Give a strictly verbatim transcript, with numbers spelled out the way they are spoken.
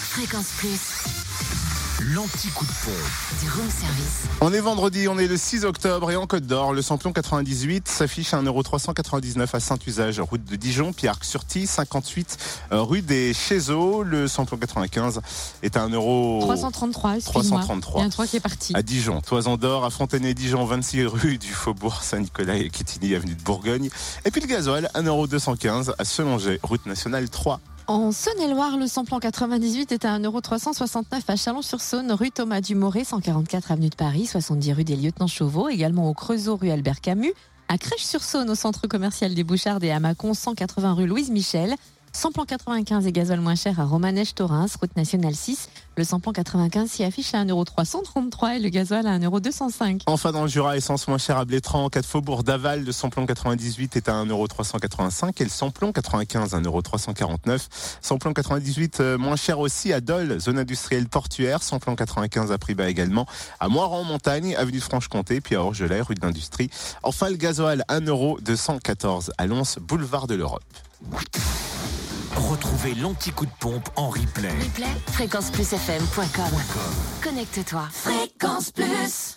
Fréquence Plus. L'anti-coup de pompe du room service. On est vendredi, on est le six octobre et en Côte d'Or, le samplon quatre-vingt-dix-huit s'affiche à un euro trois cent quatre-vingt-dix-neuf à Saint-Usage, route de Dijon, puis Arc-sur-Tille, cinquante-huit rue des Chézeaux. Le samplon quatre-vingt-quinze est à un euro trois cent trente-trois, excuse-moi. trois cent trente-trois. Il y a un trois qui est parti. À Dijon, Toison d'Or, à Fontenay-Dijon, vingt-six rue du Faubourg Saint-Nicolas et Quetigny, avenue de Bourgogne. Et puis le gasoil, un euro deux cent quinze à Selongey, route nationale trois. En Saône-et-Loire, le samplon quatre-vingt-dix-huit est à un euro trois cent soixante-neuf à Chalon-sur-Saône, rue Thomas Dumoré, cent quarante-quatre avenue de Paris, soixante-dix rue des Lieutenants Chauveau, également au Creusot, rue Albert Camus, à Crèche-sur-Saône, au centre commercial des Bouchardes et à Mâcon, cent quatre-vingts rue Louise Michel. Samplon quatre-vingt-quinze et gasoil moins cher à Romanèche-Thorins, route nationale six. Le samplon quatre-vingt-quinze s'y affiche à un euro trois cent trente-trois et le gasoil à un euro deux cent cinq. Enfin dans le Jura, essence moins chère à Blétran, quatre Faubourg d'Aval, le samplon quatre-vingt-dix-huit est à un euro trois cent quatre-vingt-cinq et le samplon quatre-vingt-quinze à un euro trois cent quarante-neuf. Samplon quatre-vingt-dix-huit euh, moins cher aussi à Dole, zone industrielle portuaire, samplon quatre-vingt-quinze à prix bas également, à Moiran-Montagne, avenue de Franche-Comté, puis à Orgelet, rue de l'Industrie. Enfin le gasoil, un euro deux cent quatorze à Lons, boulevard de l'Europe. Retrouvez l'anti-coup de pompe en replay. Replay, fréquence plus f m point com. Connecte-toi. Fréquence Plus.